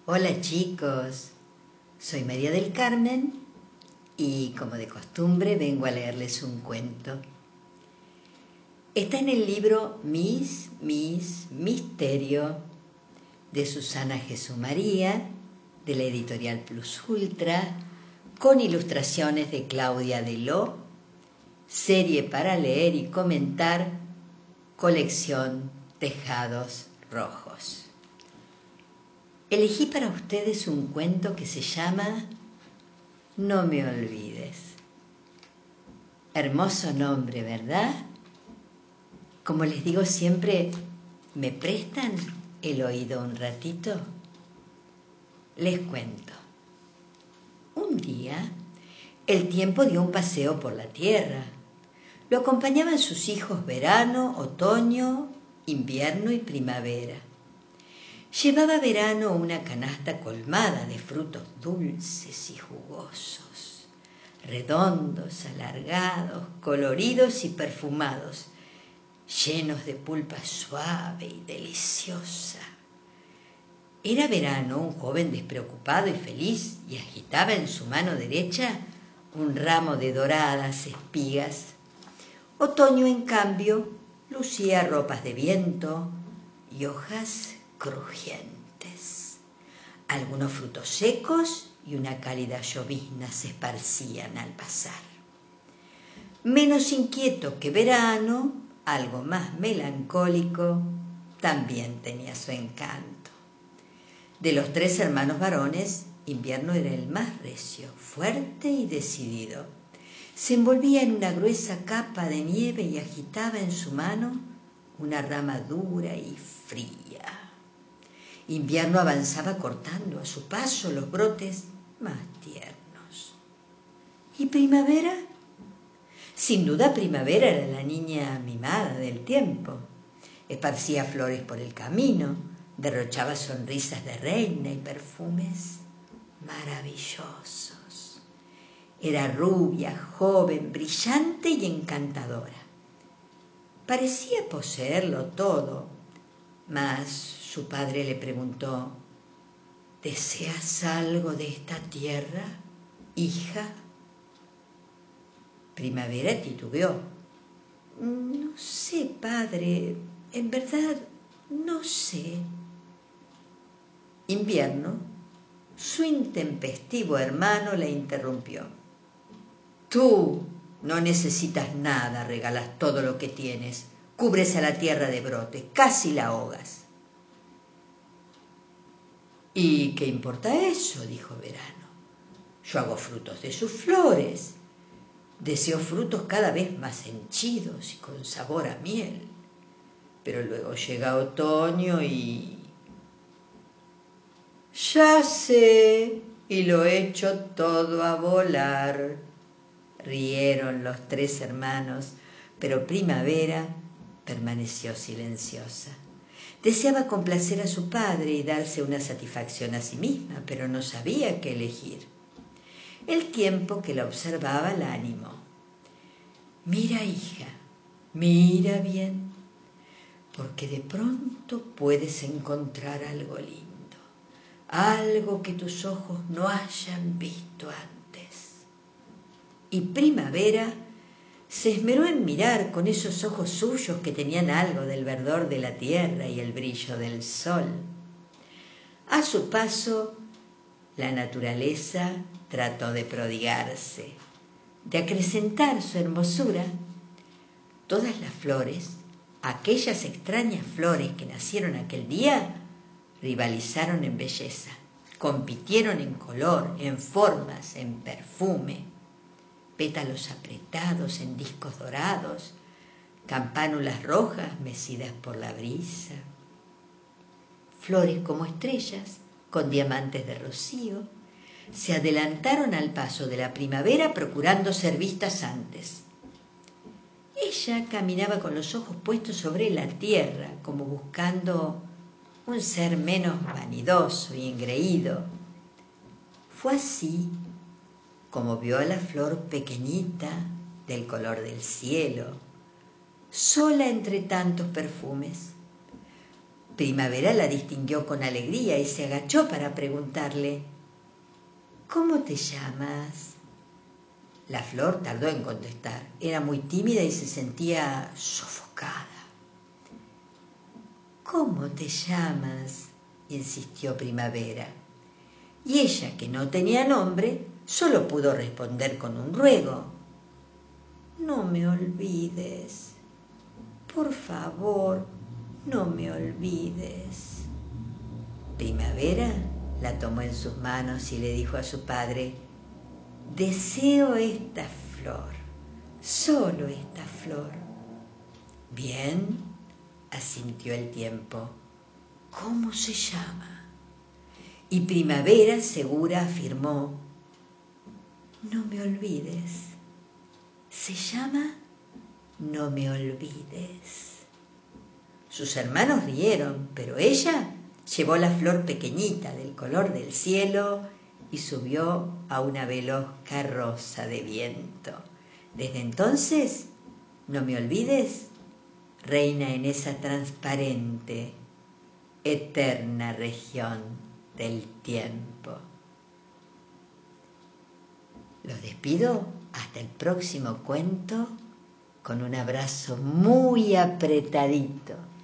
Hola chicos, soy María del Carmen y como de costumbre vengo a leerles un cuento. Está en el libro Misterio de Susana Jesús María, de la editorial Plus Ultra, con ilustraciones de Claudia Deló, serie para leer y comentar, colección Tejados Rojos. Elegí para ustedes un cuento que se llama No me olvides. Hermoso nombre, ¿verdad? Como les digo siempre, ¿me prestan el oído un ratito? Les cuento. Un día, el tiempo dio un paseo por la tierra. Lo acompañaban sus hijos verano, otoño, invierno y primavera. Llevaba Verano una canasta colmada de frutos dulces y jugosos, redondos, alargados, coloridos y perfumados, llenos de pulpa suave y deliciosa. Era Verano un joven despreocupado y feliz y agitaba en su mano derecha un ramo de doradas espigas. Otoño, en cambio, lucía ropas de viento y hojas crujientes. Algunos frutos secos y una cálida llovizna se esparcían al pasar. Menos inquieto que Verano, algo más melancólico, también tenía su encanto. De los tres hermanos varones, Invierno era el más recio, fuerte y decidido. Se envolvía en una gruesa capa de nieve y agitaba en su mano una rama dura y fría. Invierno avanzaba cortando a su paso los brotes más tiernos. ¿Y Primavera? Sin duda Primavera era la niña mimada del tiempo. Esparcía flores por el camino, derrochaba sonrisas de reina y perfumes maravillosos. Era rubia, joven, brillante y encantadora. Parecía poseerlo todo, mas su padre le preguntó: ¿Deseas algo de esta tierra, hija? Primavera titubeó. No sé, padre, en verdad no sé. Invierno, su intempestivo hermano, la interrumpió. Tú no necesitas nada, regalas todo lo que tienes, cubres a la tierra de brotes, casi la ahogas. ¿Y qué importa eso?, dijo Verano. Yo hago frutos de sus flores. Deseo frutos cada vez más henchidos y con sabor a miel. Pero luego llega otoño y... Ya sé, y lo echo todo a volar. Rieron los tres hermanos, pero Primavera permaneció silenciosa. Deseaba complacer a su padre y darse una satisfacción a sí misma, pero no sabía qué elegir. El tiempo que la observaba la animó. Mira, hija, mira bien, porque de pronto puedes encontrar algo lindo, algo que tus ojos no hayan visto antes. Y Primavera se esmeró en mirar con esos ojos suyos que tenían algo del verdor de la tierra y el brillo del sol. A su paso, la naturaleza trató de prodigarse, de acrecentar su hermosura. Todas las flores, aquellas extrañas flores que nacieron aquel día, rivalizaron en belleza, compitieron en color, en formas, en perfume. Pétalos apretados en discos dorados, campánulas rojas mecidas por la brisa, flores como estrellas con diamantes de rocío, se adelantaron al paso de la primavera procurando ser vistas antes. Ella caminaba con los ojos puestos sobre la tierra, como buscando un ser menos vanidoso y engreído. Fue así como vio a la flor pequeñita del color del cielo, sola entre tantos perfumes. Primavera la distinguió con alegría y se agachó para preguntarle: ¿Cómo te llamas? La flor tardó en contestar. Era muy tímida y se sentía sofocada. ¿Cómo te llamas?, insistió Primavera. Y ella, que no tenía nombre, solo pudo responder con un ruego: No me olvides. Por favor, no me olvides. Primavera la tomó en sus manos y le dijo a su padre: Deseo esta flor, solo esta flor. Bien, asintió el tiempo. ¿Cómo se llama? Y Primavera, segura, afirmó: No me olvides. Se llama No me olvides. Sus hermanos rieron, pero ella llevó la flor pequeñita del color del cielo y subió a una veloz carroza de viento. Desde entonces, No me olvides, reina en esa transparente, eterna región del tiempo. Los despido hasta el próximo cuento con un abrazo muy apretadito